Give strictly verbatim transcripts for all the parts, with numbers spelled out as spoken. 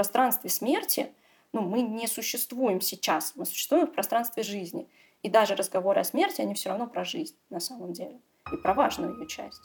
пространстве смерти, ну, мы не существуем сейчас, мы существуем в пространстве жизни. И даже разговоры о смерти, они все равно про жизнь на самом деле. И про важную ее часть.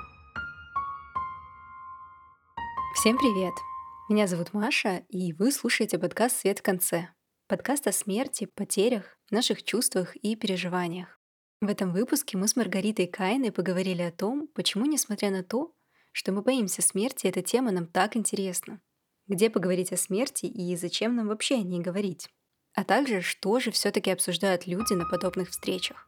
Всем привет! Меня зовут Маша, и вы слушаете подкаст «Свет в конце». Подкаст о смерти, потерях, наших чувствах и переживаниях. В этом выпуске мы с Маргаритой Каиной поговорили о том, почему, несмотря на то, что мы боимся смерти, эта тема нам так интересна. Где поговорить о смерти и зачем нам вообще о ней говорить? А также, что же все-таки обсуждают люди на подобных встречах.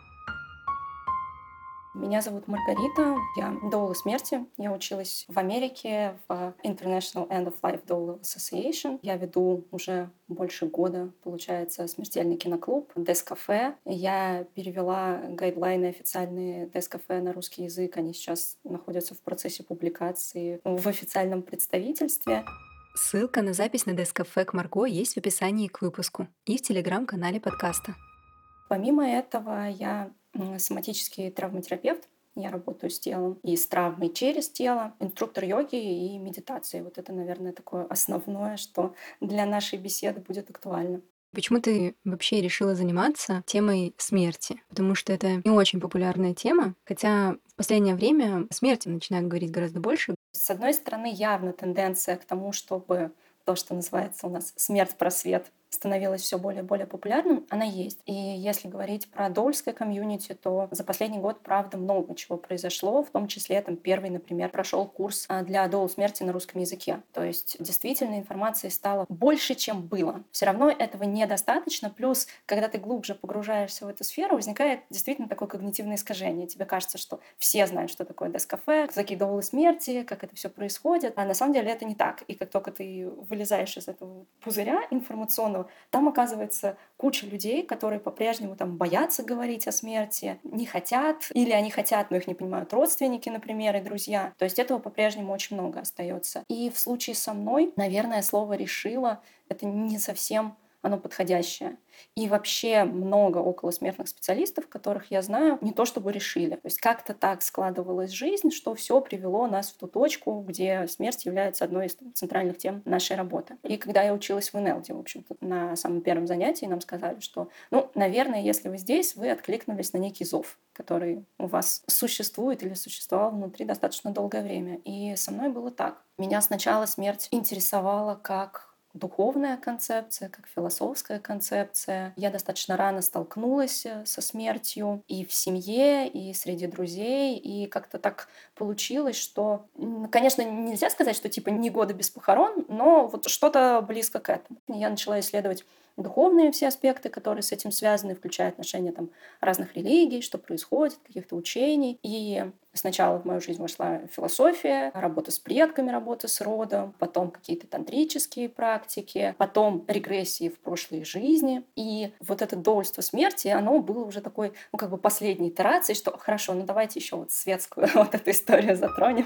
Меня зовут Маргарита, я доула смерти. Я училась в Америке в International End of Life Doula Association. Я веду уже больше года, получается, смертельный киноклуб Дес-кафе. Я перевела гайдлайны официальные Дес-кафе на русский язык. Они сейчас находятся в процессе публикации в официальном представительстве. Ссылка на запись на Дес-кафе к Марго есть в описании к выпуску и в телеграм-канале подкаста. Помимо этого, я соматический травматерапевт. Я работаю с телом и с травмой через тело, инструктор йоги и медитации. Вот это, наверное, такое основное, что для нашей беседы будет актуально. Почему ты вообще решила заниматься темой смерти? Потому что это не очень популярная тема, хотя в последнее время о смерти начинают говорить гораздо больше. С одной стороны, явно тенденция к тому, чтобы то, что называется у нас смерть-просвет, становилось все более и более популярным, она есть. И если говорить про доульское комьюнити, то за последний год, правда, много чего произошло, в том числе там первый, например, прошел курс а, для доул смерти на русском языке. То есть действительно информации стало больше, чем было. Все равно этого недостаточно. Плюс, когда ты глубже погружаешься в эту сферу, возникает действительно такое когнитивное искажение. Тебе кажется, что все знают, что такое Дес-кафе, кто такие доулы смерти, как это все происходит. А на самом деле это не так. И как только ты вылезаешь из этого пузыря информационного, там оказывается куча людей, которые по-прежнему там боятся говорить о смерти, не хотят, или они хотят, но их не понимают родственники, например, и друзья. То есть этого по-прежнему очень много остается. И в случае со мной, наверное, слово «решила» — это не совсем оно подходящее. И вообще много околосмертных специалистов, которых я знаю, не то чтобы решили. То есть как-то так складывалась жизнь, что все привело нас в ту точку, где смерть является одной из центральных тем нашей работы. И когда я училась в эн эл ди, в общем-то, на самом первом занятии нам сказали, что, ну, наверное, если вы здесь, вы откликнулись на некий зов, который у вас существует или существовал внутри достаточно долгое время. И со мной было так. Меня сначала смерть интересовала как духовная концепция, как философская концепция. Я достаточно рано столкнулась со смертью и в семье, и среди друзей, и как-то так получилось, что, конечно, нельзя сказать, что типа не года без похорон, но вот что-то близко к этому. Я начала исследовать духовные все аспекты, которые с этим связаны, включая отношения там, разных религий, что происходит, каких-то учений. И сначала в мою жизнь вошла философия, работа с предками, работа с родом, потом какие-то тантрические практики, потом регрессии в прошлой жизни. И вот это доульство смерти, оно было уже такой, ну, как бы последней итерацией, что хорошо, ну давайте еще вот светскую вот эту историю затронем.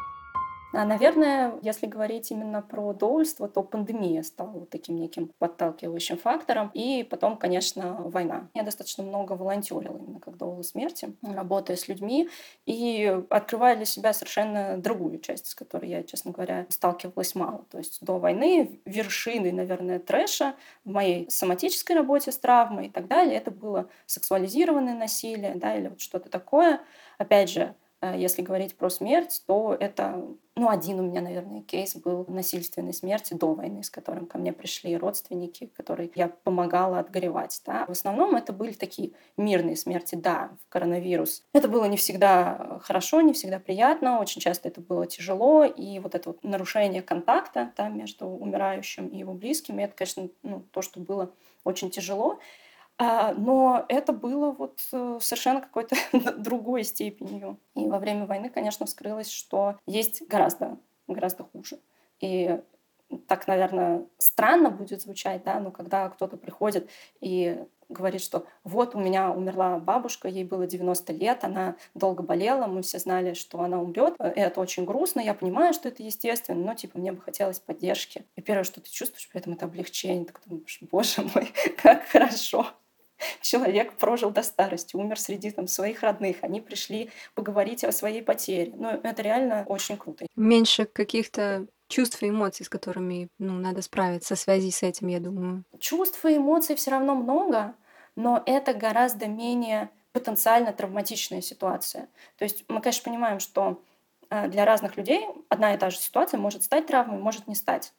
А, наверное, если говорить именно про доульство, то пандемия стала вот таким неким подталкивающим фактором. И потом, конечно, война. Я достаточно много волонтерила именно как доула смерти, работая с людьми, и открывая для себя совершенно другую часть, с которой я, честно говоря, сталкивалась мало. То есть до войны вершиной, наверное, трэша в моей соматической работе с травмой и так далее, это было сексуализированное насилие, да, или вот что-то такое. Опять же, если говорить про смерть, то это, ну, один у меня, наверное, кейс был насильственной смерти до войны, с которым ко мне пришли родственники, которые я помогала отгоревать. Да. В основном это были такие мирные смерти, да, в коронавирус. Это было не всегда хорошо, не всегда приятно, очень часто это было тяжело, и вот это вот нарушение контакта, да, между умирающим и его близкими, это, конечно, ну, то, что было очень тяжело. А, но это было вот э, совершенно какой-то другой степенью. И во время войны, конечно, вскрылось, что есть гораздо, гораздо хуже. И так, наверное, странно будет звучать, да, но когда кто-то приходит и говорит, что вот у меня умерла бабушка, ей было девяносто лет, она долго болела, мы все знали, что она умрет. Это очень грустно, я понимаю, что это естественно, но типа мне бы хотелось поддержки. И первое, что ты чувствуешь при этом, это облегчение. Ты думаешь, боже мой, как хорошо. Человек прожил до старости, умер среди там, своих родных, они пришли поговорить о своей потере. Ну, это реально очень круто. Меньше каких-то чувств и эмоций, с которыми, ну, надо справиться в связи с этим, я думаю. Чувств и эмоций все равно много, но это гораздо менее потенциально травматичная ситуация. То есть мы, конечно, понимаем, что э, для разных людей одна и та же ситуация может стать травмой, может не стать.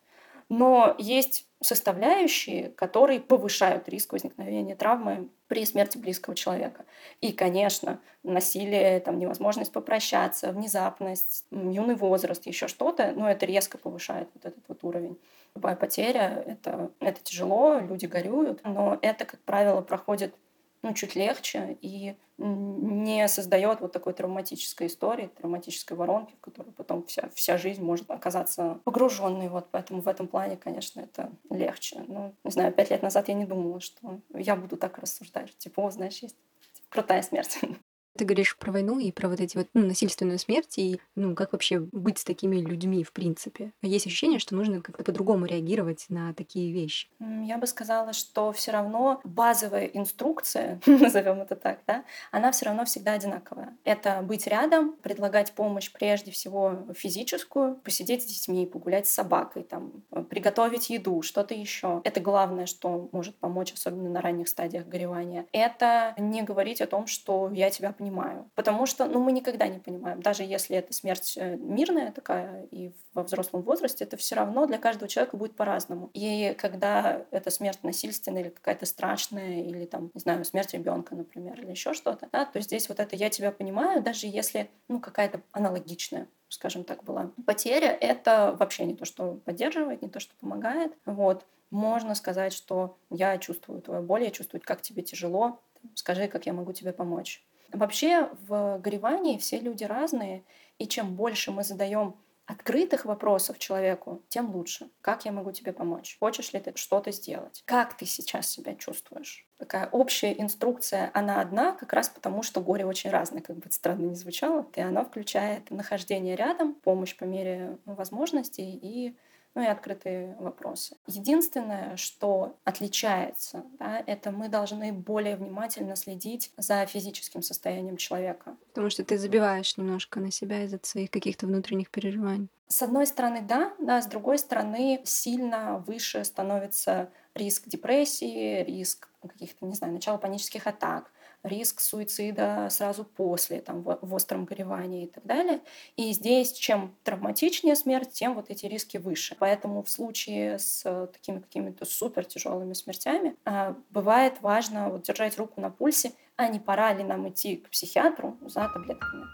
Но есть составляющие, которые повышают риск возникновения травмы при смерти близкого человека. И, конечно, насилие, там, невозможность попрощаться, внезапность, м, юный возраст, еще что-то, но это резко повышает вот этот вот уровень. Любая потеря — это, это тяжело, люди горюют, но это, как правило, проходит ну, чуть легче и м, не создает вот такой травматической истории, травматической воронки, в которую потом вся, вся жизнь может оказаться погруженной. Вот поэтому в этом плане, конечно, это легче. Ну, не знаю, пять лет назад я не думала, что я буду так рассуждать. Типа, о, знаешь, есть крутая смерть. Ты говоришь про войну и про вот эти вот, ну, насильственную смерть, и, ну, как вообще быть с такими людьми, в принципе? Есть ощущение, что нужно как-то по-другому реагировать на такие вещи. М, Я бы сказала, что все равно базовая инструкция, назовем это так, да, она все равно всегда одинаковая. Это быть рядом, предлагать помощь прежде всего физическую, посидеть с детьми, погулять с собакой, там, э, приготовить еду, что-то еще. Это главное, что может помочь, особенно на ранних стадиях горевания. Это не говорить о том, что я тебя понимаю. Потому что ну, мы никогда не понимаем. Даже если это смерть э, мирная такая и во взрослом возрасте, это все равно для каждого человека будет по-разному. И когда это смерть насильственная или какая-то страшная, или там, не знаю, смерть ребенка, например, или еще что-то, да, то здесь вот это «я тебя понимаю», даже если ну, какая-то аналогичная, скажем так, была потеря, это вообще не то, что поддерживает, не то, что помогает. Вот. Можно сказать, что я чувствую твою боль, я чувствую, как тебе тяжело, скажи, как я могу тебе помочь. Вообще в горевании все люди разные, и чем больше мы задаем открытых вопросов человеку, тем лучше. Как я могу тебе помочь? Хочешь ли ты что-то сделать? Как ты сейчас себя чувствуешь? Такая общая инструкция, она одна, как раз потому, что горе очень разное, как бы это странно ни звучало. И она включает нахождение рядом, помощь по мере возможностей и ну и открытые вопросы. Единственное, что отличается, да, это мы должны более внимательно следить за физическим состоянием человека. Потому что ты забиваешь немножко на себя из-за своих каких-то внутренних переживаний. С одной стороны, да, да, с другой стороны, сильно выше становится риск депрессии, риск каких-то, не знаю, начала панических атак, риск суицида сразу после, там, в, в остром горевании и так далее. И здесь, чем травматичнее смерть, тем вот эти риски выше. Поэтому в случае с э, такими какими-то супер тяжелыми смертями а, бывает важно вот, держать руку на пульсе, а не пора ли нам идти к психиатру за таблетками.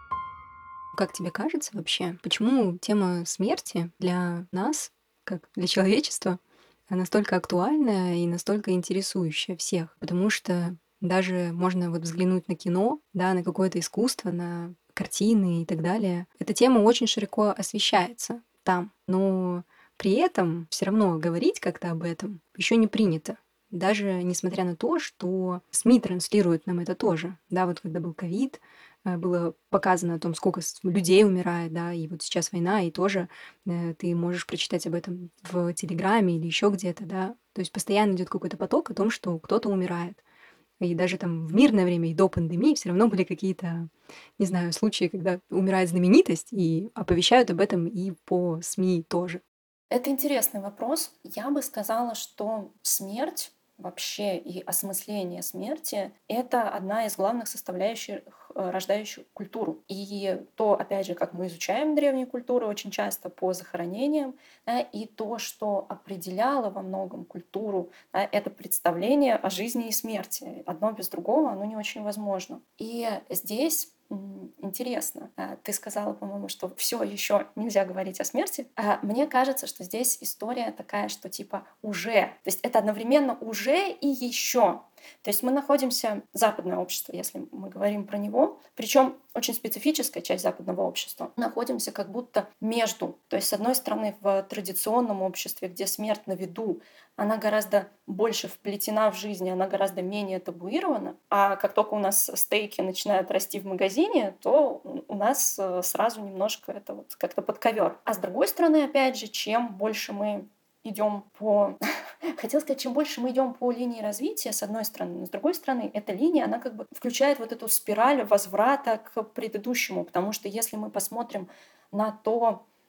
Как тебе кажется вообще, почему тема смерти для нас, как для человечества, а, настолько актуальная и настолько интересующая всех? Потому что даже можно вот взглянуть на кино, да, на какое-то искусство, на картины и так далее. Эта тема очень широко освещается там, но при этом все равно говорить как-то об этом еще не принято. Даже несмотря на то, что СМИ транслируют нам это тоже. Да, вот когда был ковид, э, было показано о том, сколько с- людей умирает, да, и вот сейчас война, и тоже э, ты можешь прочитать об этом в Телеграме или еще где-то, да. То есть постоянно идет какой-то поток о том, что кто-то умирает. И даже там в мирное время и до пандемии все равно были какие-то, не знаю, случаи, когда умирает знаменитость, и оповещают об этом и по СМИ тоже. Это интересный вопрос. Я бы сказала, что смерть вообще и осмысление смерти — это одна из главных составляющих, э, рождающих культуру. И то, опять же, как мы изучаем древние культуры очень часто по захоронениям, да, и то, что определяло во многом культуру, да, это представление о жизни и смерти. Одно без другого, оно не очень возможно. И здесь М, интересно. А, Ты сказала, по-моему, что все еще нельзя говорить о смерти. А Мне кажется, что здесь история такая, что типа уже. То есть это одновременно уже и еще. То есть мы находимся, западное общество, если мы говорим про него, причем очень специфическая часть западного общества, находимся как будто между. То есть, с одной стороны, в традиционном обществе, где смерть на виду, она гораздо больше вплетена в жизнь, она гораздо менее табуирована. А как только у нас стейки начинают расти в магазине, то у нас э, сразу немножко это вот как-то под ковер. А с другой стороны, опять же, чем больше мы идем по... Хотела сказать, чем больше мы идем по линии развития, с одной стороны, но с другой стороны, эта линия, она как бы включает вот эту спираль возврата к предыдущему, потому что если мы посмотрим на то,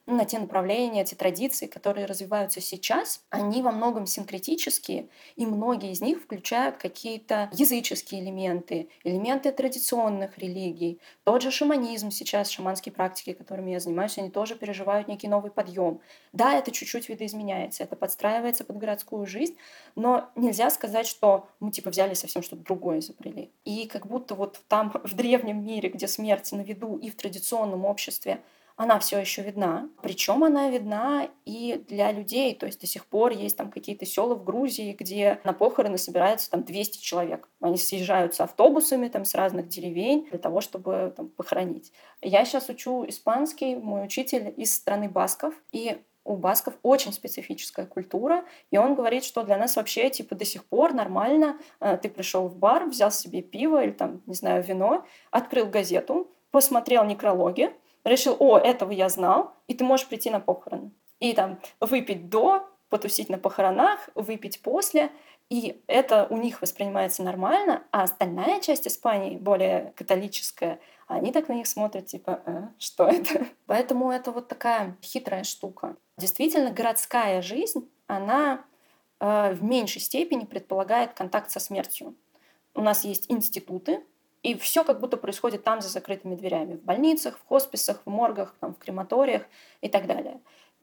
ну, на те направления, те традиции, которые развиваются сейчас, они во многом синкретические, и многие из них включают какие-то языческие элементы, элементы традиционных религий. Тот же шаманизм сейчас, шаманские практики, которыми я занимаюсь, они тоже переживают некий новый подъем. Да, это чуть-чуть видоизменяется, это подстраивается под городскую жизнь, но нельзя сказать, что мы типа взяли совсем что-то другое изобрели. И как будто вот там в древнем мире, где смерть на виду, и в традиционном обществе она все еще видна. Причем она видна и для людей. То есть до сих пор есть там какие-то села в Грузии, где на похороны собираются там двести человек. Они съезжаются автобусами там с разных деревень для того, чтобы там похоронить. Я сейчас учу испанский, мой учитель из страны басков, и у басков очень специфическая культура, и он говорит, что для нас вообще типа до сих пор нормально. э, Ты пришел в бар, взял себе пиво или там, не знаю, вино, открыл газету, посмотрел некрологи, решил, о, этого я знал, и ты можешь прийти на похороны. И там выпить до, потусить на похоронах, выпить после. И это у них воспринимается нормально, а остальная часть Испании, более католическая, они так на них смотрят, типа, «А, что это?» Поэтому это вот такая хитрая штука. Действительно, городская жизнь, она э, в меньшей степени предполагает контакт со смертью. У нас есть институты, и все как будто происходит там за закрытыми дверями. В больницах, в хосписах, в моргах, там, в крематориях и так далее.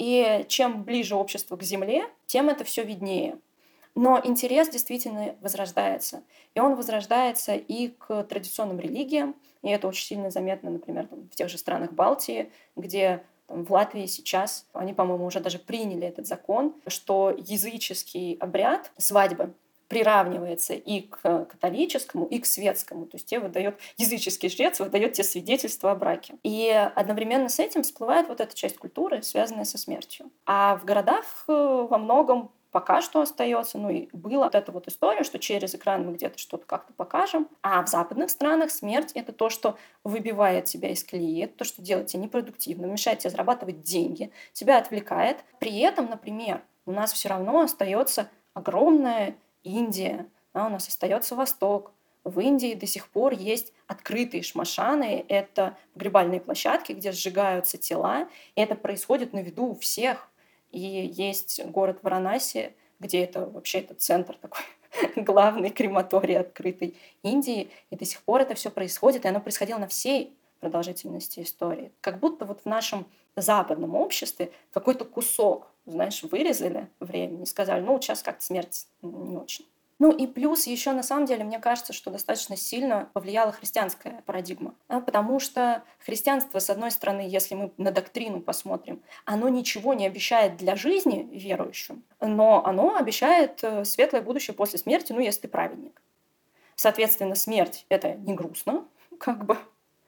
И чем ближе общество к земле, тем это все виднее. Но интерес действительно возрождается. И он возрождается и к традиционным религиям. И это очень сильно заметно, например, там, в тех же странах Балтии, где там, в Латвии сейчас, они, по-моему, уже даже приняли этот закон, что языческий обряд свадьбы приравнивается и к католическому, и к светскому. То есть тебе выдает языческий жрец, выдает тебе свидетельство о браке. И одновременно с этим всплывает вот эта часть культуры, связанная со смертью. А в городах э, во многом пока что остается, ну и была вот эта вот история, что через экран мы где-то что-то как-то покажем. А в западных странах смерть — это то, что выбивает тебя из колеи, это то, что делает тебя непродуктивным, мешает тебе зарабатывать деньги, тебя отвлекает. При этом, например, у нас все равно остается огромная Индия, да, у нас остается Восток. В Индии до сих пор есть открытые шмашаны, это погребальные площадки, где сжигаются тела, и это происходит на виду у всех. И есть город Варанаси, где это вообще это центр такой, главный крематорий открытой Индии, и до сих пор это все происходит, и оно происходило на всей продолжительности истории. Как будто вот в нашем западном обществе какой-то кусок, знаешь, вырезали времени и сказали, ну, вот сейчас как-то смерть не очень. Ну и плюс еще на самом деле, мне кажется, что достаточно сильно повлияла христианская парадигма. Да, потому что христианство, с одной стороны, если мы на доктрину посмотрим, оно ничего не обещает для жизни верующим, но оно обещает э, светлое будущее после смерти, ну, если ты праведник. Соответственно, смерть — это не грустно, как бы,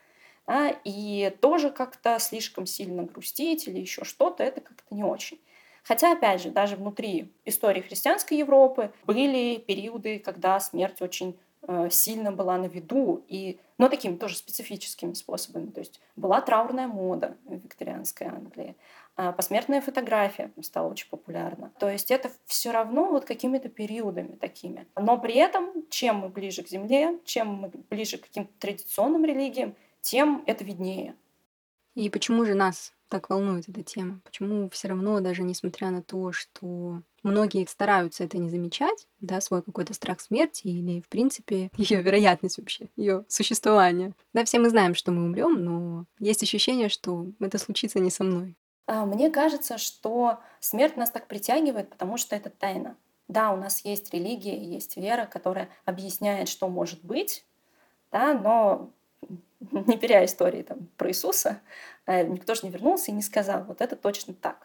да, и тоже как-то слишком сильно грустить или еще что-то, это как-то не очень. Хотя, опять же, даже внутри истории христианской Европы были периоды, когда смерть очень э, сильно была на виду, и, но такими тоже специфическими способами. То есть была траурная мода в викторианской Англии, а посмертная фотография стала очень популярна. То есть это все равно вот какими-то периодами такими. Но при этом, чем мы ближе к земле, чем мы ближе к каким-то традиционным религиям, тем это виднее. И почему же нас так волнует эта тема? Почему все равно, даже несмотря на то, что многие стараются это не замечать, да, свой какой-то страх смерти или, в принципе, ее вероятность вообще, ее существование. Да, все мы знаем, что мы умрем, но есть ощущение, что это случится не со мной. А, Мне кажется, что смерть нас так притягивает, потому что это тайна. Да, у нас есть религия, есть вера, которая объясняет, что может быть, да, но не беря истории там, про Иисуса, э, никто же не вернулся и не сказал, вот это точно так.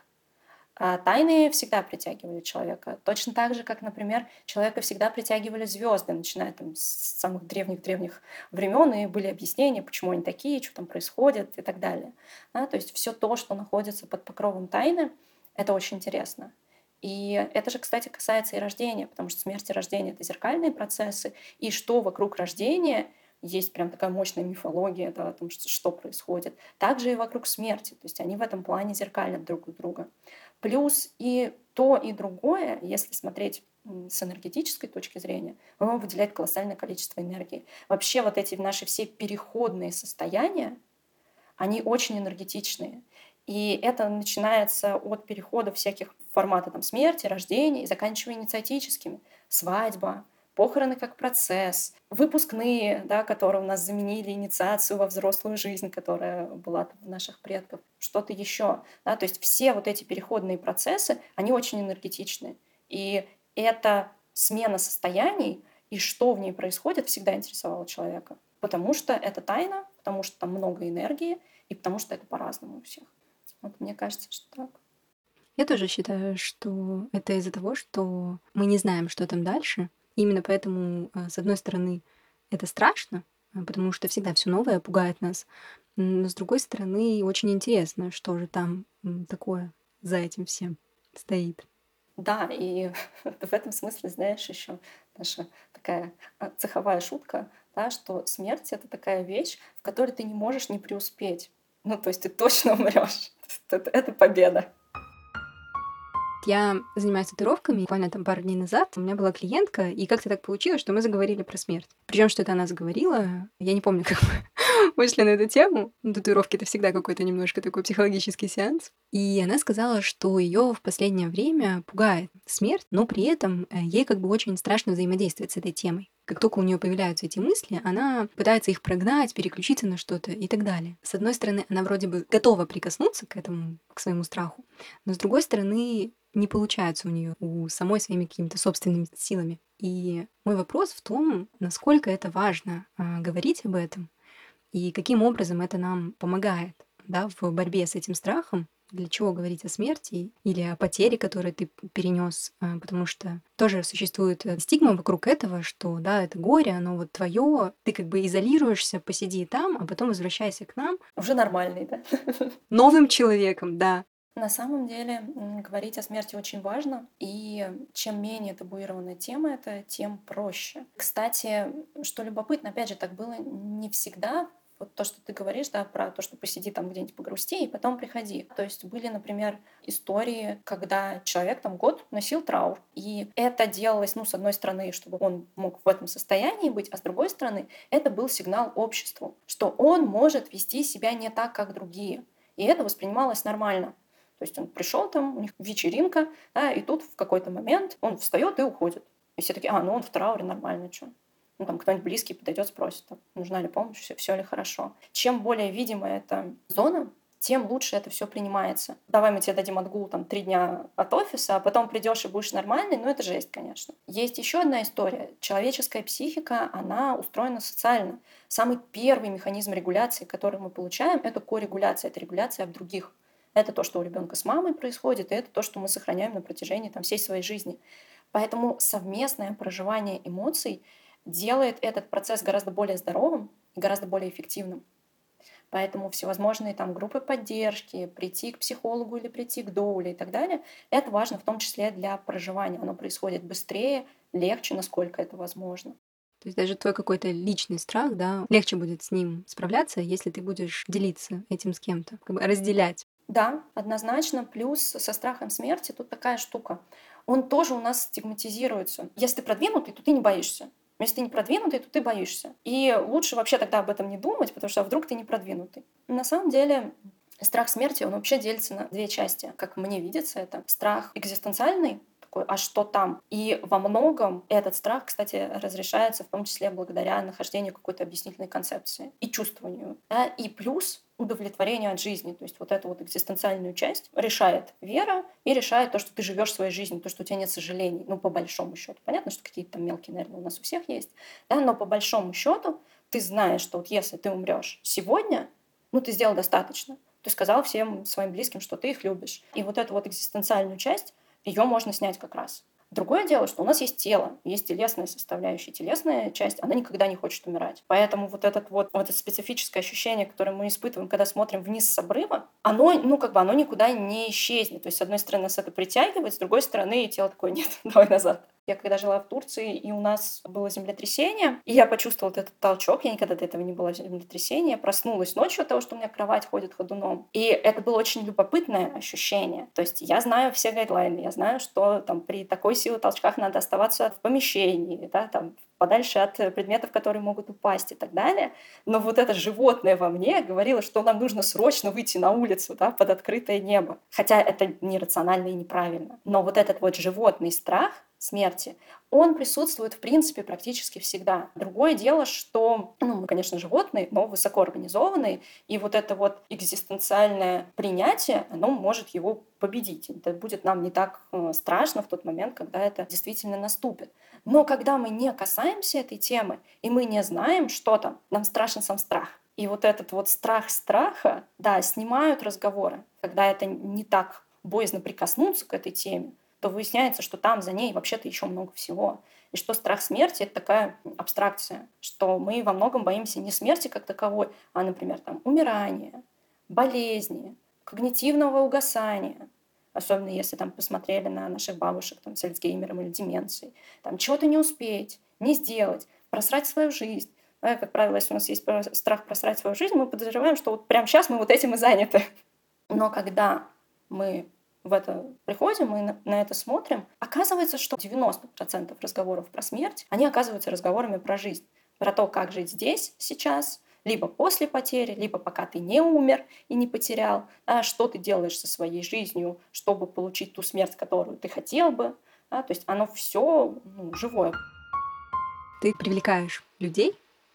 А тайны всегда притягивали человека. Точно так же, как, например, человека всегда притягивали звезды, начиная там, с самых древних-древних времен, и были объяснения, почему они такие, что там происходит и так далее. Да, то есть все то, что находится под покровом тайны, это очень интересно. И это же, кстати, касается и рождения, потому что смерть и рождение — это зеркальные процессы, и что вокруг рождения есть прям такая мощная мифология, да, о том, что, что происходит. Также и вокруг смерти. То есть они в этом плане зеркалят друг друга. Плюс и то, и другое, если смотреть с энергетической точки зрения, оно выделяет колоссальное количество энергии. Вообще вот эти наши все переходные состояния, они очень энергетичные. И это начинается от перехода всяких форматов там, смерти, рождения и заканчивая инициатическими. Свадьба, похороны как процесс, выпускные, да, которые у нас заменили инициацию во взрослую жизнь, которая была там у наших предков, что-то еще. Да, то есть все вот эти переходные процессы, они очень энергетичны. И эта смена состояний и что в ней происходит, всегда интересовало человека. Потому что это тайна, потому что там много энергии, и потому что это по-разному у всех. Вот мне кажется, что так. Я тоже считаю, что это из-за того, что мы не знаем, что там дальше. Именно поэтому, а, с одной стороны, это страшно, а, потому что всегда все новое пугает нас. М, Но с другой стороны, очень интересно, что же там м, такое за этим всем стоит. Да, и в этом смысле, знаешь, еще наша такая а, цеховая шутка, да, что смерть — это такая вещь, в которой ты не можешь не преуспеть. Ну, то есть ты точно умрешь. Это, это победа. Я занимаюсь татуировками. Буквально там пару дней назад у меня была клиентка, и как-то так получилось, что мы заговорили про смерть. Причем, что это она заговорила, я не помню, как мы вышли на эту тему. Ну, татуировки — это всегда какой-то немножко такой психологический сеанс. И она сказала, что ее в последнее время пугает смерть, но при этом э, ей как бы очень страшно взаимодействовать с этой темой. Как только у нее появляются эти мысли, она пытается их прогнать, переключиться на что-то и так далее. С одной стороны, она вроде бы готова прикоснуться к этому, к своему страху, но с другой стороны, не получается у нее у самой своими какими-то собственными силами. И мой вопрос в том, насколько это важно а, говорить об этом и каким образом это нам помогает, да, в борьбе с этим страхом. Для чего говорить о смерти или о потере, которую ты перенес, потому что тоже существует э, стигма вокруг этого, что да, это горе, оно вот твое, ты как бы изолируешься, посиди там, а потом возвращайся к нам Уже нормальный, да? новым человеком, да. На самом деле м, говорить о смерти очень важно, и чем менее табуированная тема это, тем проще. Кстати, что любопытно, опять же, так было не всегда. Вот то, что ты говоришь, да, про то, что посиди там где-нибудь погрусти и потом приходи. То есть были, например, истории, когда человек там год носил траур. И это делалось, ну, с одной стороны, чтобы он мог в этом состоянии быть, а с другой стороны, это был сигнал обществу, что он может вести себя не так, как другие. И это воспринималось нормально. То есть он пришел там, у них вечеринка, да, и тут в какой-то момент он встает и уходит. И все такие, а, ну он в трауре, нормально, что. Ну, там кто-нибудь близкий подойдет, спросит, там, нужна ли помощь, все, все ли хорошо. Чем более видимая эта зона, тем лучше это все принимается. Давай мы тебе дадим отгул там три дня от офиса, а потом придешь и будешь нормальный, ну это жесть, конечно. Есть еще одна история. Человеческая психика, она устроена социально. Самый первый механизм регуляции, который мы получаем, это коррегуляция, это регуляция об других. Это то, что у ребенка с мамой происходит, и это то, что мы сохраняем на протяжении там, всей своей жизни. Поэтому совместное проживание эмоций делает этот процесс гораздо более здоровым и гораздо более эффективным. Поэтому всевозможные там группы поддержки, прийти к психологу или прийти к доуле и так далее, это важно в том числе для проживания. Оно происходит быстрее, легче, насколько это возможно. То есть даже твой какой-то личный страх, да, легче будет с ним справляться, если ты будешь делиться этим с кем-то, как бы разделять. Да, однозначно. Плюс со страхом смерти тут такая штука. Он тоже у нас стигматизируется. Если ты продвинутый, то ты не боишься. Но если ты не продвинутый, то ты боишься. И лучше вообще тогда об этом не думать, потому что а вдруг ты не продвинутый. На самом деле страх смерти, он вообще делится на две части. Как мне видится, это страх экзистенциальный, такой, а что там? И во многом этот страх, кстати, разрешается в том числе благодаря нахождению какой-то объяснительной концепции и чувствованию. Да? И плюс удовлетворение от жизни. То есть вот эту вот экзистенциальную часть решает вера и решает то, что ты живешь своей жизнью, то, что у тебя нет сожалений, ну, по большому счету. Понятно, что какие-то там мелкие, наверное, у нас у всех есть, да? Но по большому счету ты знаешь, что вот если ты умрешь сегодня, ну, ты сделал достаточно. Ты сказал всем своим близким, что ты их любишь. И вот эту вот экзистенциальную часть, ее можно снять как раз. Другое дело, что у нас есть тело, есть телесная составляющая. Телесная часть, она никогда не хочет умирать. Поэтому вот, этот вот, вот это специфическое ощущение, которое мы испытываем, когда смотрим вниз с обрыва, оно, ну, как бы, оно никуда не исчезнет. То есть, с одной стороны, нас это притягивает, с другой стороны, тело такое, нет, давай назад. Я когда жила в Турции, и у нас было землетрясение, и я почувствовала вот этот толчок, я никогда до этого не была в землетрясении, я проснулась ночью от того, что у меня кровать ходит ходуном. И это было очень любопытное ощущение. То есть я знаю все гайдлайны, я знаю, что там при такой силе толчках надо оставаться в помещении, да, там, подальше от предметов, которые могут упасть и так далее. Но вот это животное во мне говорило, что нам нужно срочно выйти на улицу, да, под открытое небо. Хотя это нерационально и неправильно. Но вот этот вот животный страх смерти, он присутствует, в принципе, практически всегда. Другое дело, что, ну, мы, конечно, животные, но высокоорганизованные, и вот это вот экзистенциальное принятие, оно может его победить. Это будет нам не так э, страшно в тот момент, когда это действительно наступит. Но когда мы не касаемся этой темы, и мы не знаем, что там, нам страшен сам страх. И вот этот вот страх страха, да, снимают разговоры, когда это не так боязно прикоснуться к этой теме, то выясняется, что там за ней вообще-то еще много всего. И что страх смерти — это такая абстракция, что мы во многом боимся не смерти как таковой, а, например, там, умирания, болезни, когнитивного угасания. Особенно если там посмотрели на наших бабушек там, с Альцгеймером или деменцией. Там чего-то не успеть, не сделать, просрать свою жизнь. Да, как правило, если у нас есть страх просрать свою жизнь, мы подозреваем, что вот прямо сейчас мы вот этим и заняты. Но когда мы в это приходим, мы на, на это смотрим, оказывается, что девяносто процентов разговоров про смерть, они оказываются разговорами про жизнь, про то, как жить здесь, сейчас, либо после потери, либо пока ты не умер и не потерял, а что ты делаешь со своей жизнью, чтобы получить ту смерть, которую ты хотел бы. Да, то есть оно все ну, живое. Ты привлекаешь людей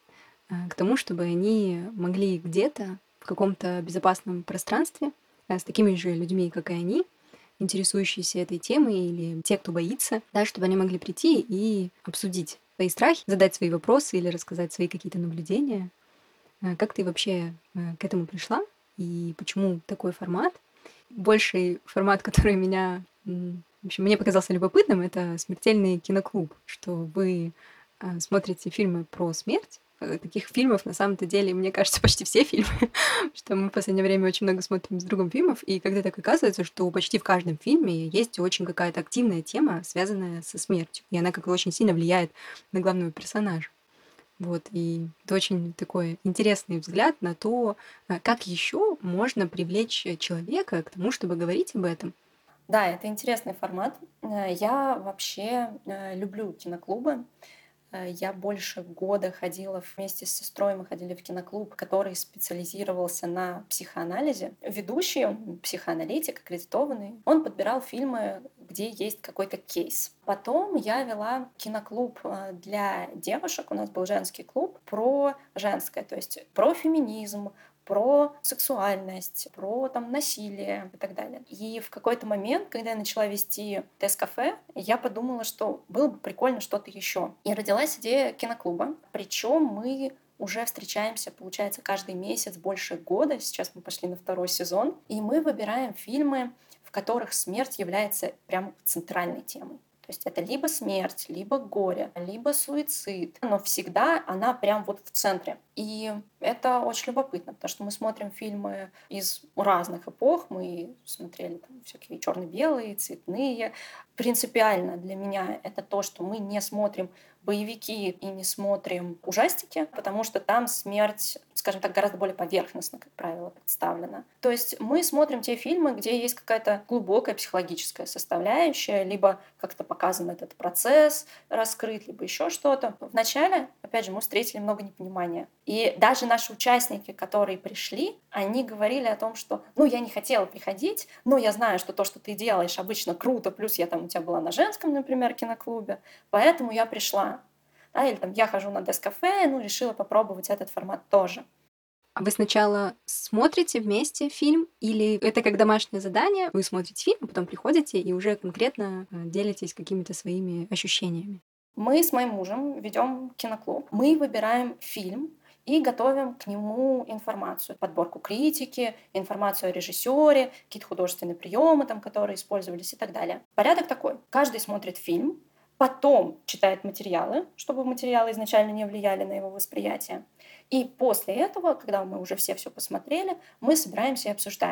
э, к тому, чтобы они могли где-то в каком-то безопасном пространстве э, с такими же людьми, как и они, интересующиеся этой темой или те, кто боится, да, чтобы они могли прийти и обсудить свои страхи, задать свои вопросы или рассказать свои какие-то наблюдения. Э, Как ты вообще э, к этому пришла и почему такой формат? Больший формат, который меня, м, в общем, мне показался любопытным, это «Смертельный киноклуб», что вы э, смотрите фильмы про смерть. Э, Таких фильмов, на самом-то деле, мне кажется, почти все фильмы, что мы в последнее время очень много смотрим с другом фильмов, и когда так оказывается, что почти в каждом фильме есть очень какая-то активная тема, связанная со смертью, и она как-то очень сильно влияет на главного персонажа. Вот, и это очень такой интересный взгляд на то, э, как еще можно привлечь э, человека к тому, чтобы говорить об этом. Да, это интересный формат. Э, Я вообще э, люблю киноклубы. Э, Я больше года ходила вместе с сестрой, мы ходили в киноклуб, который специализировался на психоанализе. Ведущий, он психоаналитик, аккредитованный, он подбирал фильмы, где есть какой-то кейс. Потом я вела киноклуб э, для девушек, у нас был женский клуб, про женское, то есть про феминизм, про сексуальность, про там, насилие и так далее. И в какой-то момент, когда я начала вести тест-кафе, я подумала, что было бы прикольно что-то еще. И родилась идея киноклуба. Причем мы уже встречаемся, получается, каждый месяц больше года. Сейчас мы пошли на второй сезон. И мы выбираем фильмы, в которых смерть является прям центральной темой. То есть это либо смерть, либо горе, либо суицид. Но всегда она прям вот в центре. И это очень любопытно, потому что мы смотрим фильмы из разных эпох. Мы смотрели там всякие черно-белые, цветные. Принципиально для меня это то, что мы не смотрим боевики и не смотрим ужастики, потому что там смерть, скажем так, гораздо более поверхностно, как правило, представлена. То есть мы смотрим те фильмы, где есть какая-то глубокая психологическая составляющая, либо как-то показан этот процесс раскрыт, либо еще что-то. Вначале, опять же, мы встретили много непонимания. И даже наши участники, которые пришли, они говорили о том, что ну, я не хотела приходить, но я знаю, что то, что ты делаешь, обычно круто, плюс я там у тебя была на женском, например, киноклубе, поэтому я пришла. Да, или там я хожу на дескафе, ну, решила попробовать этот формат тоже. А вы сначала смотрите вместе фильм или это как домашнее задание? Вы смотрите фильм, а потом приходите и уже конкретно э, делитесь какими-то своими ощущениями? Мы с моим мужем ведем киноклуб. Мы выбираем фильм и готовим к нему информацию, подборку критики, информацию о режиссере, какие-то художественные приемы, там, которые использовались и так далее. Порядок такой. Каждый смотрит фильм, потом читает материалы, чтобы материалы изначально не влияли на его восприятие. И после этого, когда мы уже все все посмотрели, мы собираемся и обсуждаем.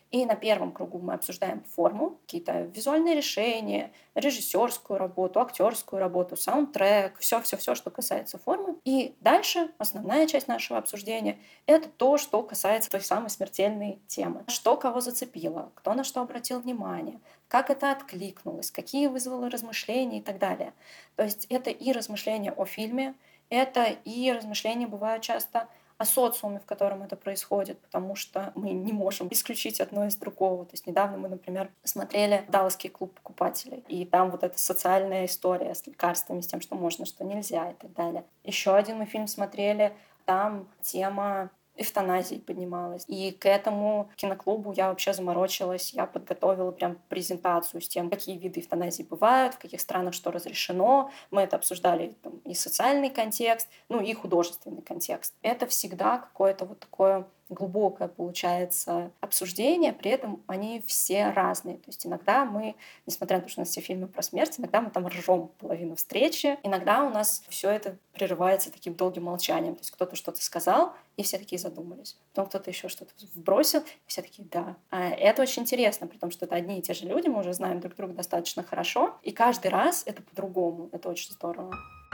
И на первом кругу мы обсуждаем форму, какие-то визуальные решения, режиссерскую работу, актерскую работу, саундтрек, все-все-все, что касается формы. И дальше основная часть нашего обсуждения — это то, что касается той самой смертельной темы. Что кого зацепило, кто на что обратил внимание, как это откликнулось, какие вызвало размышления и так далее. То есть это и размышления о фильме, это и размышления бывают часто о социуме, в котором это происходит, потому что мы не можем исключить одно из другого. То есть недавно мы, например, смотрели «Далласский клуб покупателей», и там вот эта социальная история с лекарствами, с тем, что можно, что нельзя и так далее. Еще один мы фильм смотрели, там тема эвтаназии поднималась. И к этому киноклубу я вообще заморочилась. Я подготовила прям презентацию с тем, какие виды эвтаназии бывают, в каких странах что разрешено. Мы это обсуждали там, и социальный контекст, ну и художественный контекст. Это всегда какое-то вот такое глубокое получается обсуждение, при этом они все разные. То есть иногда мы, несмотря на то, что у нас все фильмы про смерть, иногда мы там ржем половину встречи, иногда у нас все это прерывается таким долгим молчанием. То есть кто-то что-то сказал, и все такие задумались. Потом кто-то еще что-то вбросил, и все такие «да». А это очень интересно, при том, что это одни и те же люди, мы уже знаем друг друга достаточно хорошо, и каждый раз это по-другому. Это очень здорово.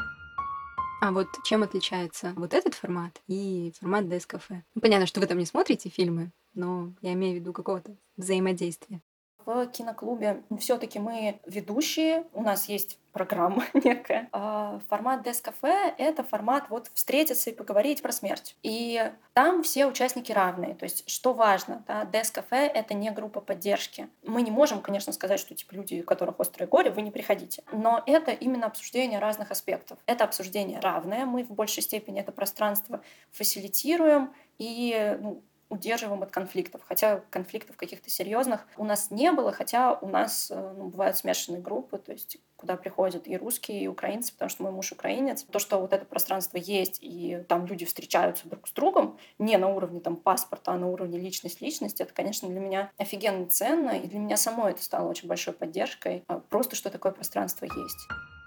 А вот чем отличается вот этот формат и формат ДС-кафе? Ну, понятно, что вы там не смотрите фильмы, но я имею в виду какого-то взаимодействия. В киноклубе все-таки мы ведущие, у нас есть программа некая. А формат Дес-кафе — это формат вот встретиться и поговорить про смерть. И там все участники равные. То есть, что важно, да, Дес-кафе — это не группа поддержки. Мы не можем, конечно, сказать, что типа люди, у которых острое горе, вы не приходите. Но это именно обсуждение разных аспектов. Это обсуждение равное. Мы в большей степени это пространство фасилитируем и ну, удерживаем от конфликтов. Хотя конфликтов каких-то серьезных у нас не было, хотя у нас ну, бывают смешанные группы, то есть куда приходят и русские, и украинцы, потому что мой муж украинец. То, что вот это пространство есть, и там люди встречаются друг с другом, не на уровне там, паспорта, а на уровне личность-личность, это, конечно, для меня офигенно ценно, и для меня самой это стало очень большой поддержкой. Просто, что такое пространство есть.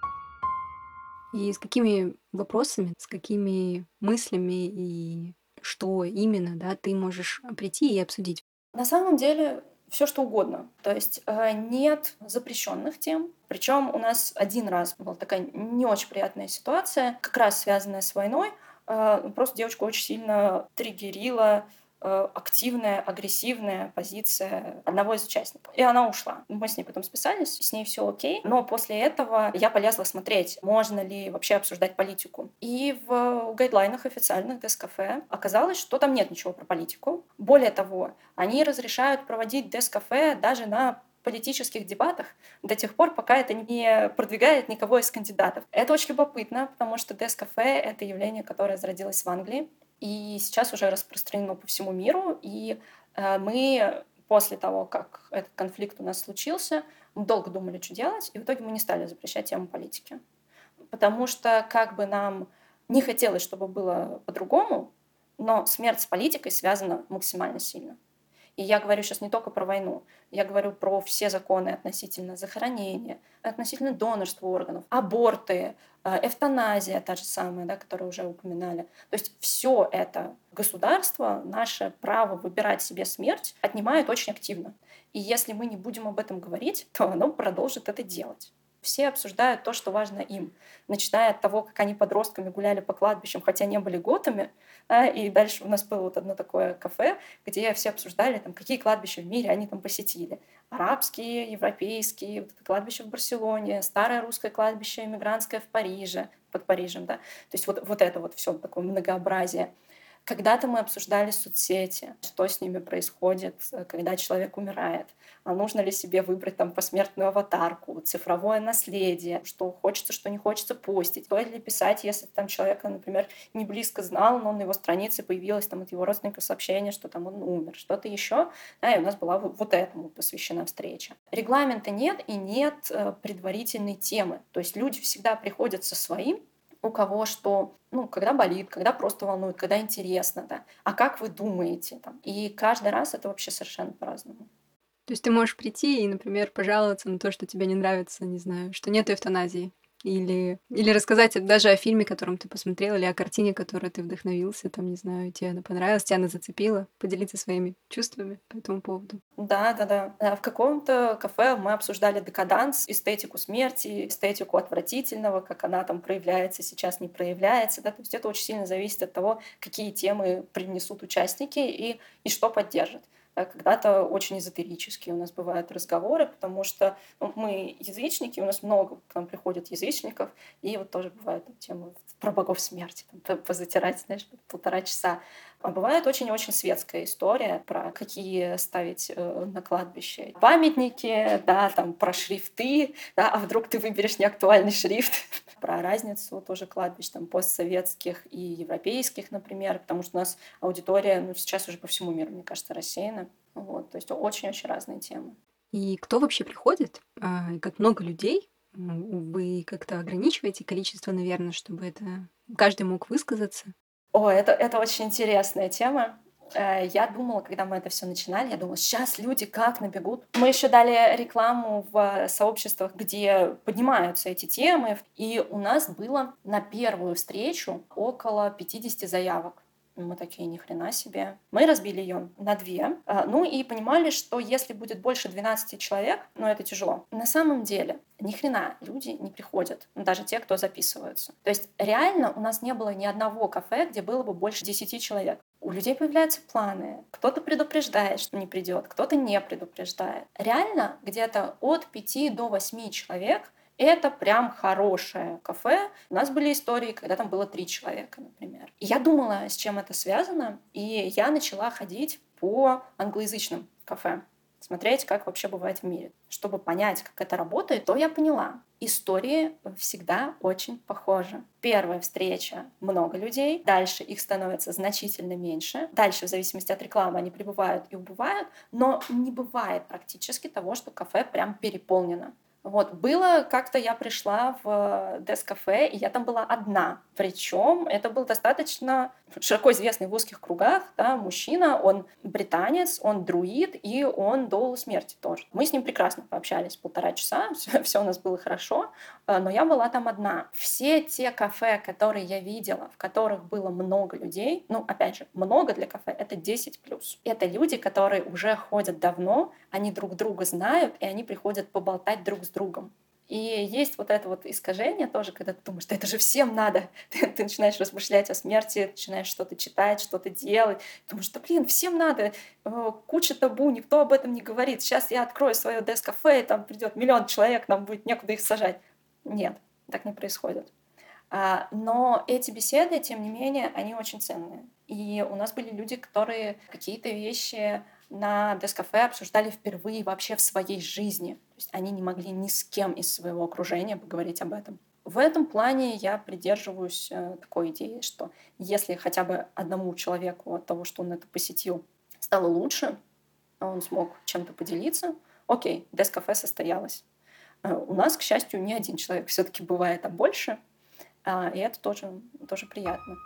И с какими вопросами, с какими мыслями и что именно, да, ты можешь прийти и обсудить? На самом деле все что угодно. То есть э, нет запрещенных тем. Причем у нас один раз была такая не очень приятная ситуация, как раз связанная с войной. Э, просто девочку очень сильно триггерила э, активная, агрессивная позиция одного из участников. И она ушла. Мы с ней потом списались, с ней все окей. Но после этого я полезла смотреть, можно ли вообще обсуждать политику. И в гайдлайнах официальных Дес-кафе оказалось, что там нет ничего про политику. Более того, они разрешают проводить Дес-кафе даже на политических дебатах до тех пор, пока это не продвигает никого из кандидатов. Это очень любопытно, потому что Дес-кафе — это явление, которое зародилось в Англии, и сейчас уже распространено по всему миру. И э, мы после того, как этот конфликт у нас случился, мы долго думали, что делать, и в итоге мы не стали запрещать тему политики. Потому что как бы нам не хотелось, чтобы было по-другому, но смерть с политикой связана максимально сильно. И я говорю сейчас не только про войну, я говорю про все законы относительно захоронения, относительно донорства органов, аборты, э, эвтаназия та же самая, да, которую уже упоминали. То есть все это государство, наше право выбирать себе смерть отнимает очень активно. И если мы не будем об этом говорить, то оно продолжит это делать. Все обсуждают то, что важно им, начиная от того, как они подростками гуляли по кладбищам, хотя не были готами. Да, и дальше у нас было вот одно такое кафе, где все обсуждали, там, какие кладбища в мире они там посетили. Арабские, европейские, вот это кладбище в Барселоне, старое русское кладбище, эмигрантское в Париже, под Парижем. Да? То есть вот, вот это вот все такое многообразие. Когда-то мы обсуждали соцсети, что с ними происходит, когда человек умирает, а нужно ли себе выбрать там посмертную аватарку, цифровое наследие, что хочется, что не хочется постить, стоит ли писать, если там человека, например, не близко знал, но на его странице появилось там от его родственников сообщение, что там он умер, что-то еще, да, и у нас была вот этому посвящена встреча. Регламента нет и нет э, предварительной темы, то есть люди всегда приходят со своим, у кого что, ну, когда болит, когда просто волнует, когда интересно, да. А как вы думаете? Там? И каждый раз это вообще совершенно по-разному. То есть ты можешь прийти и, например, пожаловаться на то, что тебе не нравится, не знаю, что нет эвтаназии. Или, или рассказать даже о фильме, которым ты посмотрел, или о картине, которой ты вдохновился, там, не знаю, тебе она понравилась, тебя она зацепила, поделиться своими чувствами по этому поводу. Да, да-да. А, В каком-то кафе мы обсуждали декаданс, эстетику смерти, эстетику отвратительного, как она там проявляется, сейчас не проявляется. Да? То есть это очень сильно зависит от того, какие темы принесут участники и, и что поддержат. А Когда-то очень эзотерические у нас бывают разговоры, потому что ну, мы язычники, у нас много к нам приходит язычников, и вот тоже бывают там, темы про богов смерти, там, по- позатирать, знаешь, полтора часа. А бывает очень-очень светская история про какие ставить э, на кладбище памятники, да, там про шрифты, да, а вдруг ты выберешь неактуальный шрифт, про разницу тоже кладбищ там постсоветских и европейских, например, потому что у нас аудитория, ну, сейчас уже по всему миру, мне кажется, рассеяна. Вот, то есть очень-очень разные темы. И кто вообще приходит? А, и как много людей? М, Вы как-то ограничиваете количество, наверное, чтобы это каждый мог высказаться? О, это, это очень интересная тема. Э, Я думала, когда мы это все начинали, я думала, сейчас люди как набегут. Мы еще дали рекламу в сообществах, где поднимаются эти темы, и у нас было на первую встречу около пятьдесят заявок. Мы такие, ни хрена себе. Мы разбили ее на две. А, Ну и понимали, что если будет больше двенадцати человек, ну это тяжело. На самом деле, ни хрена люди не приходят, ну, даже те, кто записываются. То есть реально у нас не было ни одного кафе, где было бы больше десяти человек. У людей появляются планы. Кто-то предупреждает, что не придет, кто-то не предупреждает. Реально где-то от пяти до восьми человек это прям хорошее кафе. У нас были истории, когда там было три человека, например. И я думала, с чем это связано, и я начала ходить по англоязычным кафе, смотреть, как вообще бывает в мире. Чтобы понять, как это работает, то я поняла. Истории всегда очень похожи. Первая встреча — много людей, дальше их становится значительно меньше, дальше, в зависимости от рекламы, они прибывают и убывают, но не бывает практически того, что кафе прям переполнено. Вот, было как-то я пришла в Дес-кафе, и я там была одна. Причем это был достаточно широко известный в узких кругах, да, мужчина, он британец, он друид, и он доул смерти тоже. Мы с ним прекрасно пообщались полтора часа, все, все у нас было хорошо, э, но я была там одна. Все те кафе, которые я видела, в которых было много людей, ну, опять же, много для кафе — это десять плюс. Это люди, которые уже ходят давно, они друг друга знают, и они приходят поболтать друг с другом. И есть вот это вот искажение тоже, когда ты думаешь, да это же всем надо. Ты, ты начинаешь размышлять о смерти, начинаешь что-то читать, что-то делать. Думаешь, да блин, всем надо. Э, Куча табу, никто об этом не говорит. Сейчас я открою свое дес-кафе, и там придет миллион человек, нам будет некуда их сажать. Нет, так не происходит. А, Но эти беседы, тем не менее, они очень ценные. И у нас были люди, которые какие-то вещи на Дескафе обсуждали впервые вообще в своей жизни. То есть они не могли ни с кем из своего окружения поговорить об этом. В этом плане я придерживаюсь э, такой идеи, что если хотя бы одному человеку от того, что он это посетил, стало лучше, а он смог чем-то поделиться, окей, Дескафе состоялось. Э, У нас, к счастью, не один человек, все-таки бывает, а больше. А, и это тоже, тоже приятно.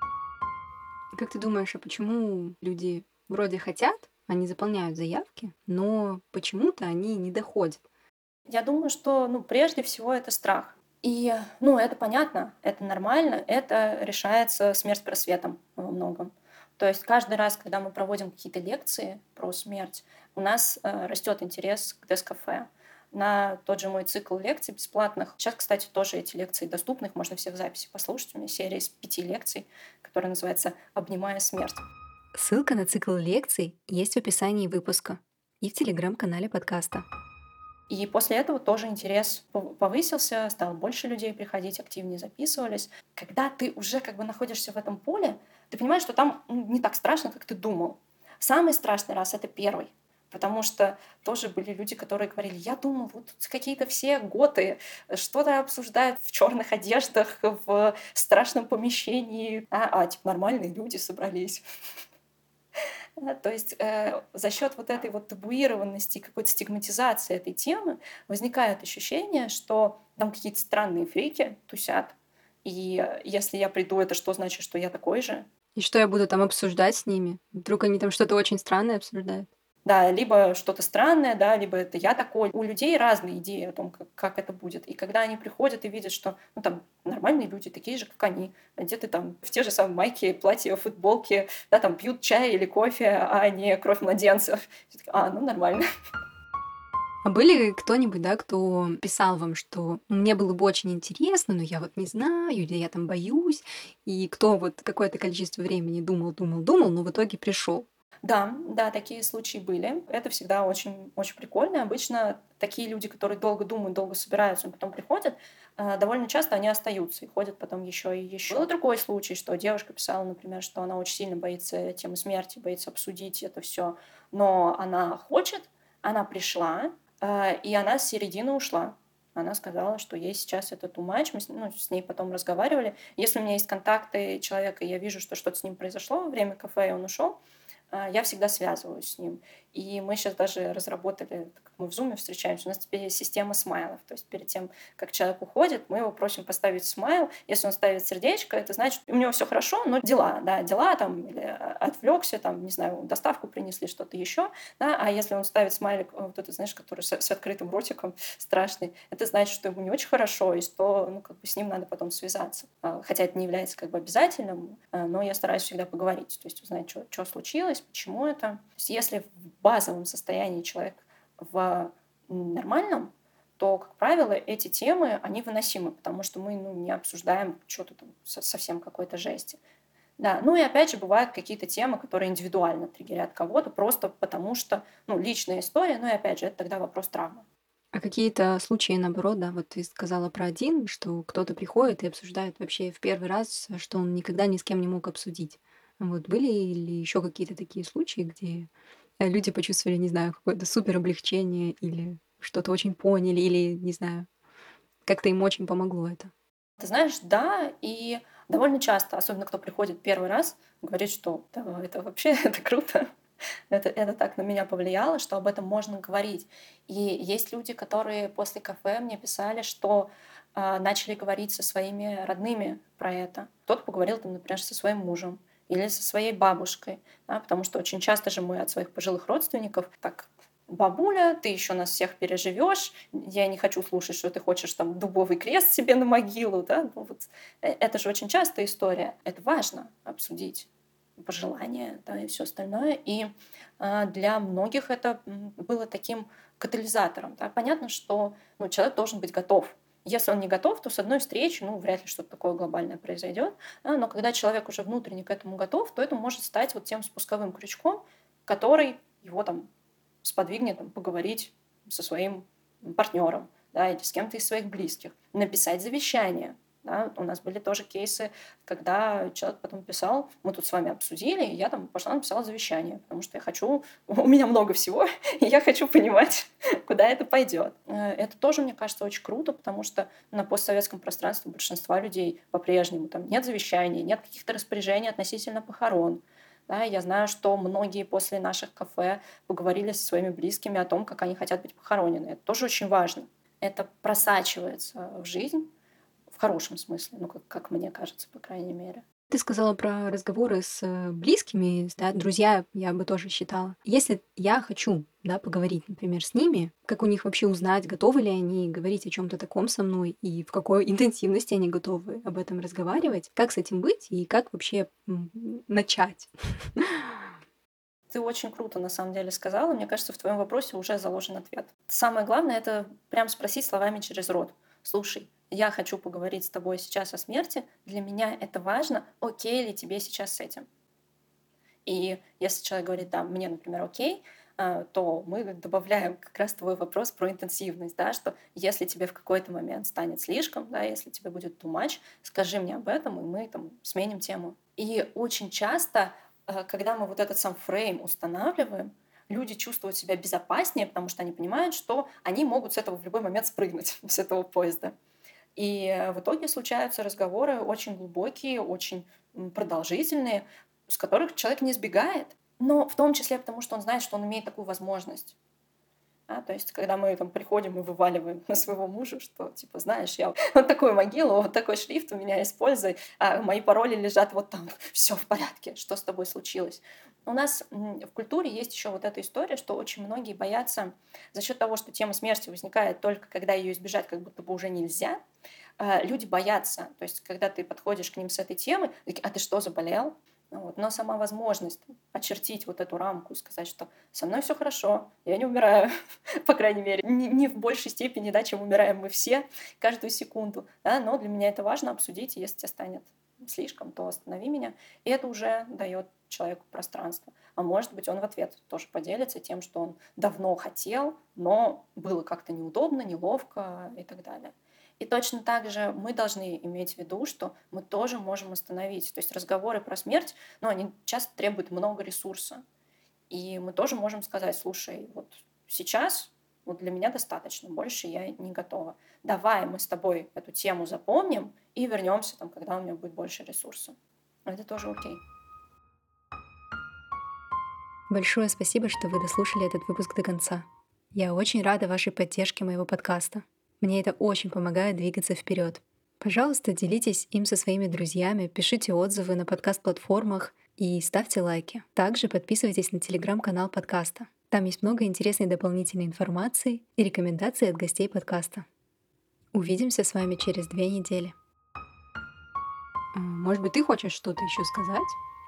Как ты думаешь, а почему люди вроде хотят, они заполняют заявки, но почему-то они не доходят? Я думаю, что, ну, прежде всего, это страх. И, ну, это понятно, это нормально, это решается смерть-просветом во многом. То есть каждый раз, когда мы проводим какие-то лекции про смерть, у нас э, растет интерес к Дескафе. На тот же мой цикл лекций бесплатных. Сейчас, кстати, тоже эти лекции доступны, их можно все в записи послушать. У меня серия из пяти лекций, которая называется «Обнимая смерть». Ссылка на цикл лекций есть в описании выпуска и в телеграм-канале подкаста. И после этого тоже интерес пов- повысился, стало больше людей приходить, активнее записывались. Когда ты уже как бы находишься в этом поле, ты понимаешь, что там ну, не так страшно, как ты думал. Самый страшный раз — это первый. Потому что тоже были люди, которые говорили, я думал, вот тут какие-то все готы что-то обсуждают в черных одеждах, в страшном помещении, а, а типа нормальные люди собрались. Да, то есть э, за счет вот этой вот табуированности, какой-то стигматизации этой темы возникает ощущение, что там какие-то странные фрики тусят. И э, если я приду, это что значит, что я такой же? И что я буду там обсуждать с ними? Вдруг они там что-то очень странное обсуждают? Да, либо что-то странное, да, либо это я такой. У людей разные идеи о том, как, как это будет. И когда они приходят и видят, что ну, там нормальные люди, такие же, как они, одеты там в те же самые майки, платья, футболки, да, там пьют чай или кофе, а не кровь младенцев. Все такие, а, ну нормально. А были кто-нибудь, да, кто писал вам, что мне было бы очень интересно, но я вот не знаю, или я там боюсь, и кто вот какое-то количество времени думал, думал, думал, но в итоге пришел? Да, да, такие случаи были. Это всегда очень, очень прикольно. Обычно такие люди, которые долго думают, долго собираются, но потом приходят, э, довольно часто они остаются и ходят потом еще и еще. Был другой случай, что девушка писала, например, что она очень сильно боится темы смерти, боится обсудить это все, но она хочет, она пришла, э, и она с середины ушла. Она сказала, что ей сейчас это too much. Мы с, ну, с ней потом разговаривали. Если у меня есть контакты человека, и я вижу, что что-то с ним произошло во время кафе, и он ушел, а, я всегда связываюсь с ним. И мы сейчас даже разработали, так как мы в Zoom встречаемся, у нас теперь есть система смайлов. То есть перед тем, как человек уходит, мы его просим поставить смайл. Если он ставит сердечко, это значит, у него все хорошо, но дела, да, дела там, или отвлекся, там, не знаю, доставку принесли, что-то еще, да, а если он ставит смайлик, э, вот это, знаешь, который с, с открытым ротиком, страшный, это значит, что ему не очень хорошо, и что, ну, как бы с ним надо потом связаться. А, Хотя это не является как бы обязательным, а, но я стараюсь всегда поговорить, то есть узнать, что, что случилось, почему это. То есть если в базовом состоянии человек в нормальном, то, как правило, эти темы, они выносимы, потому что мы ну, не обсуждаем что-то там со- совсем какой-то жести. Да, ну и опять же бывают какие-то темы, которые индивидуально триггерят кого-то, просто потому что, ну, личная история, ну и опять же, это тогда вопрос травмы. А какие-то случаи, наоборот, да, вот ты сказала про один, что кто-то приходит и обсуждает вообще в первый раз, что он никогда ни с кем не мог обсудить. Вот были ли еще какие-то такие случаи, где э, люди почувствовали, не знаю, какое-то супер облегчение или что-то очень поняли, или, не знаю, как-то им очень помогло это? Ты знаешь, да, и довольно часто, особенно кто приходит первый раз, говорит, что да, это вообще это круто, это, это так на меня повлияло, что об этом можно говорить. И есть люди, которые после кафе мне писали, что а, начали говорить со своими родными про это. Кто-то поговорил, там, например, со своим мужем или со своей бабушкой, да, потому что очень часто же мы от своих пожилых родственников так бабуля, ты еще нас всех переживешь, я не хочу слушать, что ты хочешь там дубовый крест себе на могилу, да, ну, вот, э, это же очень частая история, это важно обсудить пожелания, да, и все остальное. И а, для многих это м, было таким катализатором. Да. Понятно, что ну, человек должен быть готов. Если он не готов, то с одной встречи, ну, вряд ли что-то такое глобальное произойдет. Да, но когда человек уже внутренне к этому готов, то это может стать вот тем спусковым крючком, который его там сподвигнет там, поговорить со своим партнером, да, или с кем-то из своих близких, написать завещание. Да. У нас были тоже кейсы, когда человек потом писал, мы тут с вами обсудили, и я там пошла написала завещание, потому что я хочу, у меня много всего, и я хочу понимать, куда это пойдет. Э, Это тоже, мне кажется, очень круто, потому что на постсоветском пространстве у большинства людей по-прежнему там нет завещаний, нет каких-то распоряжений относительно похорон. Да, я знаю, что многие после наших кафе поговорили со своими близкими о том, как они хотят быть похоронены. Это тоже очень важно. Это просачивается в жизнь в хорошем смысле, ну, как, как мне кажется, по крайней мере. Ты сказала про разговоры с э, близкими, с- да, друзья, я бы тоже считала. Если я хочу, да, поговорить, например, с ними, как у них вообще узнать, готовы ли они говорить о чем-то таком со мной и в какой интенсивности они готовы об этом разговаривать, как с этим быть и как вообще м, начать? Ты очень круто, на самом деле, сказала. Мне кажется, в твоем вопросе уже заложен ответ. Самое главное — это прям спросить словами через рот. Слушай, я хочу поговорить с тобой сейчас о смерти. Для меня это важно. Окей ли тебе сейчас с этим? И если человек говорит, да, мне, например, окей, а, то мы добавляем как раз твой вопрос про интенсивность, да, что если тебе в какой-то момент станет слишком, да, если тебе будет too much, скажи мне об этом, и мы там сменим тему. И очень часто, а, когда мы вот этот сам фрейм устанавливаем, люди чувствуют себя безопаснее, потому что они понимают, что они могут с этого в любой момент спрыгнуть, с этого поезда. И э, в итоге случаются разговоры очень глубокие, очень м, продолжительные, с которых человек не избегает, но в том числе потому, что он знает, что он имеет такую возможность. Да, то есть, когда мы там приходим и вываливаем на своего мужа, что, типа, знаешь, я вот такую могилу, вот такой шрифт у меня используй, а мои пароли лежат вот там, все в порядке, что с тобой случилось? У нас м, в культуре есть еще вот эта история, что очень многие боятся за счет того, что тема смерти возникает только когда ее избежать как будто бы уже нельзя, э, люди боятся. То есть, когда ты подходишь к ним с этой темой, такие, а ты что, заболел? Вот. Но сама возможность очертить вот эту рамку и сказать, что со мной все хорошо, я не умираю, по крайней мере, не, не в большей степени, да, чем умираем мы все каждую секунду. Да, но для меня это важно обсудить, и если тебе станет слишком, то останови меня. И это уже дает человеку пространство. А может быть, он в ответ тоже поделится тем, что он давно хотел, но было как-то неудобно, неловко и так далее. И точно так же мы должны иметь в виду, что мы тоже можем остановить. То есть разговоры про смерть, ну, они часто требуют много ресурса. И мы тоже можем сказать, слушай, вот сейчас вот для меня достаточно, больше я не готова. Давай мы с тобой эту тему запомним и вернемся, там, когда у меня будет больше ресурса. Это тоже окей. Большое спасибо, что вы дослушали этот выпуск до конца. Я очень рада вашей поддержке моего подкаста. Мне это очень помогает двигаться вперед. Пожалуйста, делитесь им со своими друзьями, пишите отзывы на подкаст-платформах и ставьте лайки. Также подписывайтесь на телеграм-канал подкаста. Там есть много интересной дополнительной информации и рекомендаций от гостей подкаста. Увидимся с вами через две недели. М, Может быть, ты хочешь что-то еще сказать,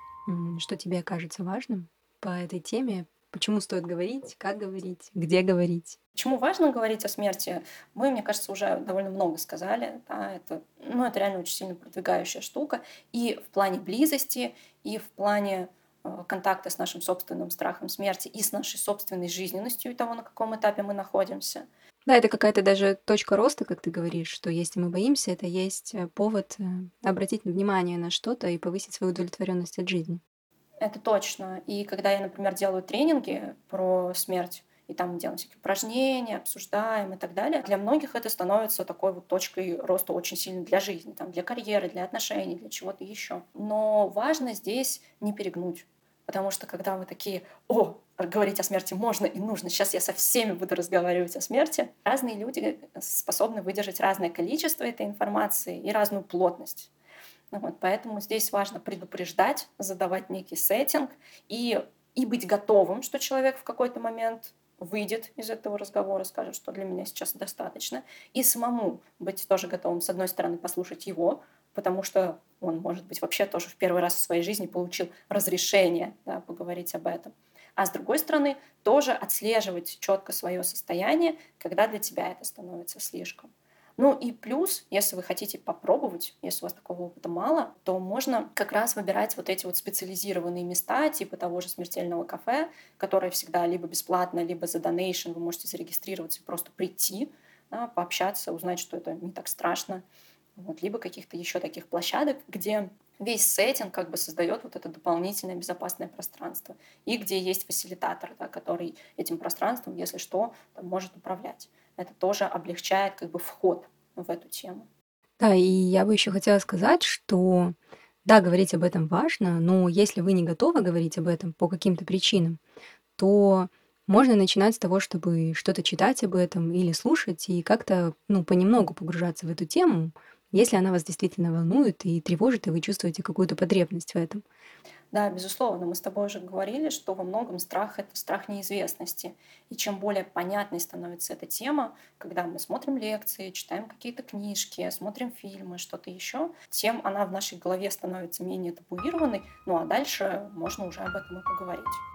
м, что тебе кажется важным по этой теме? Почему стоит говорить, как говорить, где говорить? Почему важно говорить о смерти? Мы, мне кажется, уже довольно много сказали. Да, это, ну, это реально очень сильно продвигающая штука. И в плане близости, и в плане э, контакта с нашим собственным страхом смерти, и с нашей собственной жизненностью и того, на каком этапе мы находимся. Да, это какая-то даже точка роста, как ты говоришь, что если мы боимся, это есть э, повод э, обратить внимание на что-то и повысить свою удовлетворенность от жизни. Это точно. И когда я, например, делаю тренинги про смерть, и там мы делаем всякие упражнения, обсуждаем и так далее, для многих это становится такой вот точкой роста очень сильно для жизни, там, для карьеры, для отношений, для чего-то еще. Но важно здесь не перегнуть. Потому что когда вы такие, о, говорить о смерти можно и нужно, сейчас я со всеми буду разговаривать о смерти, разные люди способны выдержать разное количество этой информации и разную плотность. Ну вот, поэтому здесь важно предупреждать, задавать некий сеттинг и, и быть готовым, что человек в какой-то момент выйдет из этого разговора, скажет, что для меня сейчас достаточно, и самому быть тоже готовым, с одной стороны, послушать его, потому что он, может быть, вообще тоже в первый раз в своей жизни получил разрешение, да, поговорить об этом. А с другой стороны, тоже отслеживать четко свое состояние, когда для тебя это становится слишком. Ну и плюс, если вы хотите попробовать, если у вас такого опыта мало, то можно как раз выбирать вот эти вот специализированные места, типа того же смертельного кафе, которое всегда либо бесплатно, либо за донейшн, вы можете зарегистрироваться и просто прийти, да, пообщаться, узнать, что это не так страшно. Вот, либо каких-то еще таких площадок, где весь сеттинг как бы создает вот это дополнительное безопасное пространство. И где есть фасилитатор, да, который этим пространством, если что, там, может управлять. Это тоже облегчает как бы вход в эту тему. Да, и я бы еще хотела сказать, что да, говорить об этом важно, но если вы не готовы говорить об этом по каким-то причинам, то можно начинать с того, чтобы что-то читать об этом или слушать и как-то, ну, понемногу погружаться в эту тему, если она вас действительно волнует и тревожит, и вы чувствуете какую-то потребность в этом. Да, безусловно, мы с тобой уже говорили, что во многом страх — это страх неизвестности. И чем более понятной становится эта тема, когда мы смотрим лекции, читаем какие-то книжки, смотрим фильмы, что-то еще, тем она в нашей голове становится менее табуированной, ну а дальше можно уже об этом и поговорить.